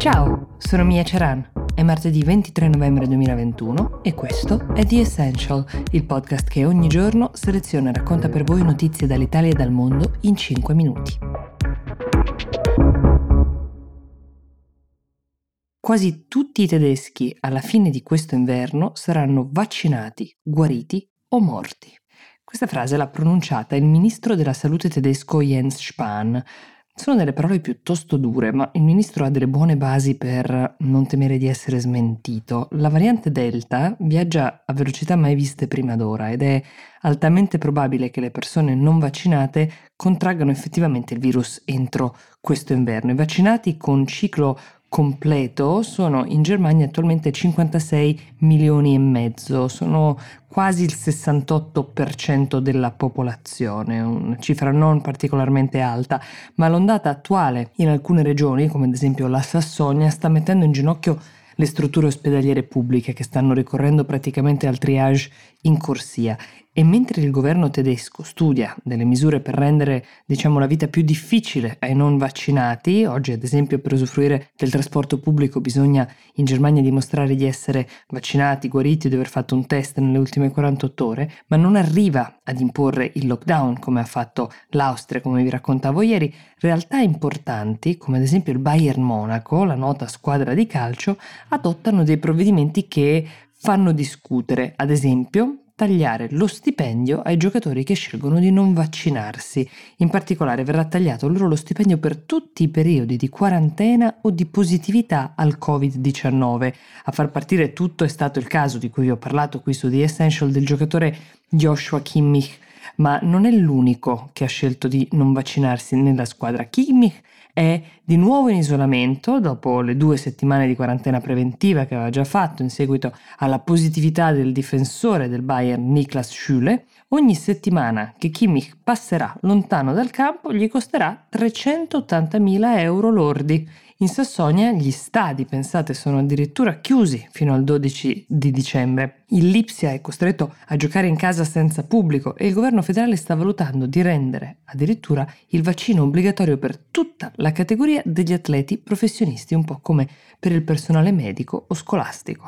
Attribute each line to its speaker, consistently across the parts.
Speaker 1: Ciao, sono Mia Ceran. È martedì 23 novembre 2021 e questo è The Essential, il podcast che ogni giorno seleziona e racconta per voi notizie dall'Italia e dal mondo in 5 minuti. Quasi tutti i tedeschi alla fine di questo inverno saranno vaccinati, guariti o morti. Questa frase l'ha pronunciata il ministro della salute tedesco Jens Spahn. Sono delle parole piuttosto dure, ma il ministro ha delle buone basi per non temere di essere smentito. La variante Delta viaggia a velocità mai viste prima d'ora ed è altamente probabile che le persone non vaccinate contraggano effettivamente il virus entro questo inverno. I vaccinati con ciclo completo sono in Germania attualmente 56 milioni e mezzo, sono quasi il 68% della popolazione, una cifra non particolarmente alta, ma l'ondata attuale in alcune regioni, come ad esempio la Sassonia, sta mettendo in ginocchio le strutture ospedaliere pubbliche che stanno ricorrendo praticamente al triage in corsia. E mentre il governo tedesco studia delle misure per rendere, la vita più difficile ai non vaccinati, oggi ad esempio per usufruire del trasporto pubblico bisogna in Germania dimostrare di essere vaccinati, guariti o di aver fatto un test nelle ultime 48 ore, ma non arriva ad imporre il lockdown come ha fatto l'Austria, come vi raccontavo ieri, realtà importanti, come ad esempio il Bayern Monaco, la nota squadra di calcio, adottano dei provvedimenti che fanno discutere, ad esempio tagliare lo stipendio ai giocatori che scelgono di non vaccinarsi. In particolare verrà tagliato loro lo stipendio per tutti i periodi di quarantena o di positività al Covid-19. A far partire tutto è stato il caso di cui vi ho parlato qui su The Essential del giocatore Joshua Kimmich, ma non è l'unico che ha scelto di non vaccinarsi nella squadra. Kimmich è di nuovo in isolamento dopo le 2 settimane di quarantena preventiva che aveva già fatto in seguito alla positività del difensore del Bayern Niklas Süle. Ogni settimana che Kimmich passerà lontano dal campo gli costerà 380.000 euro lordi. In Sassonia gli stadi, pensate, sono addirittura chiusi fino al 12 di dicembre. Il Lipsia è costretto a giocare in casa senza pubblico e il governo federale sta valutando di rendere addirittura il vaccino obbligatorio per tutta la categoria degli atleti professionisti, un po' come per il personale medico o scolastico.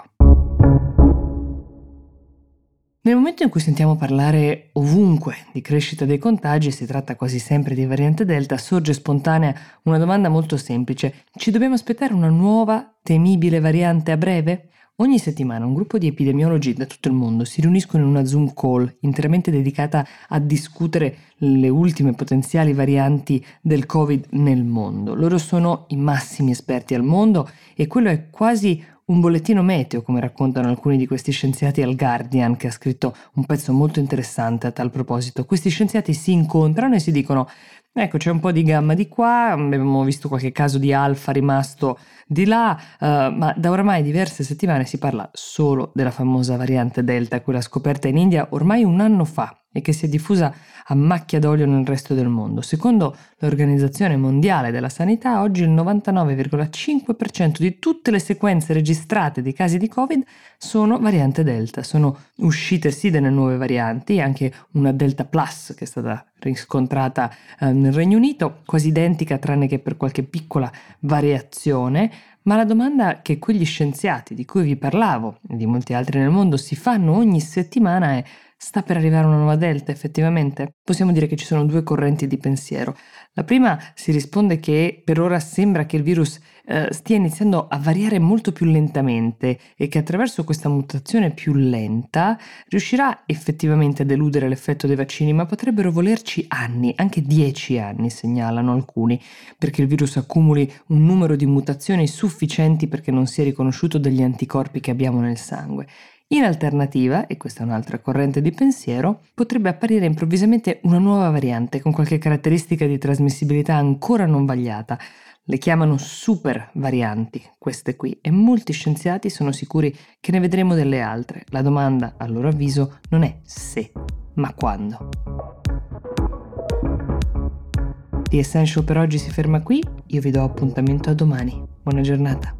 Speaker 1: Nel momento in cui sentiamo parlare ovunque di crescita dei contagi, si tratta quasi sempre di variante Delta, sorge spontanea una domanda molto semplice. Ci dobbiamo aspettare una nuova, temibile variante a breve? Ogni settimana un gruppo di epidemiologi da tutto il mondo si riuniscono in una Zoom call interamente dedicata a discutere le ultime potenziali varianti del Covid nel mondo. Loro sono i massimi esperti al mondo e quello è quasi un bollettino meteo, come raccontano alcuni di questi scienziati al Guardian, che ha scritto un pezzo molto interessante a tal proposito. Questi scienziati si incontrano e si dicono: ecco, c'è un po' di gamma di qua, abbiamo visto qualche caso di alfa rimasto di là, ma da oramai diverse settimane si parla solo della famosa variante Delta, quella scoperta in India ormai un anno fa e che si è diffusa a macchia d'olio nel resto del mondo. Secondo l'Organizzazione Mondiale della Sanità, oggi il 99,5% di tutte le sequenze registrate di casi di Covid sono variante Delta. Sono uscite sì delle nuove varianti, anche una Delta Plus che è stata riscontrata nel Regno Unito, quasi identica tranne che per qualche piccola variazione. Ma la domanda che quegli scienziati di cui vi parlavo e di molti altri nel mondo si fanno ogni settimana è: sta per arrivare una nuova Delta effettivamente? Possiamo dire che ci sono 2 correnti di pensiero. La prima si risponde che per ora sembra che il virus stia iniziando a variare molto più lentamente e che attraverso questa mutazione più lenta riuscirà effettivamente ad eludere l'effetto dei vaccini, ma potrebbero volerci anni, anche 10 anni segnalano alcuni, perché il virus accumuli un numero di mutazioni sufficienti perché non sia riconosciuto dagli anticorpi che abbiamo nel sangue. In alternativa, e questa è un'altra corrente di pensiero, potrebbe apparire improvvisamente una nuova variante con qualche caratteristica di trasmissibilità ancora non vagliata. Le chiamano super varianti, queste qui, e molti scienziati sono sicuri che ne vedremo delle altre. La domanda, a loro avviso, non è se, ma quando. The Essential per oggi si ferma qui, io vi do appuntamento a domani. Buona giornata.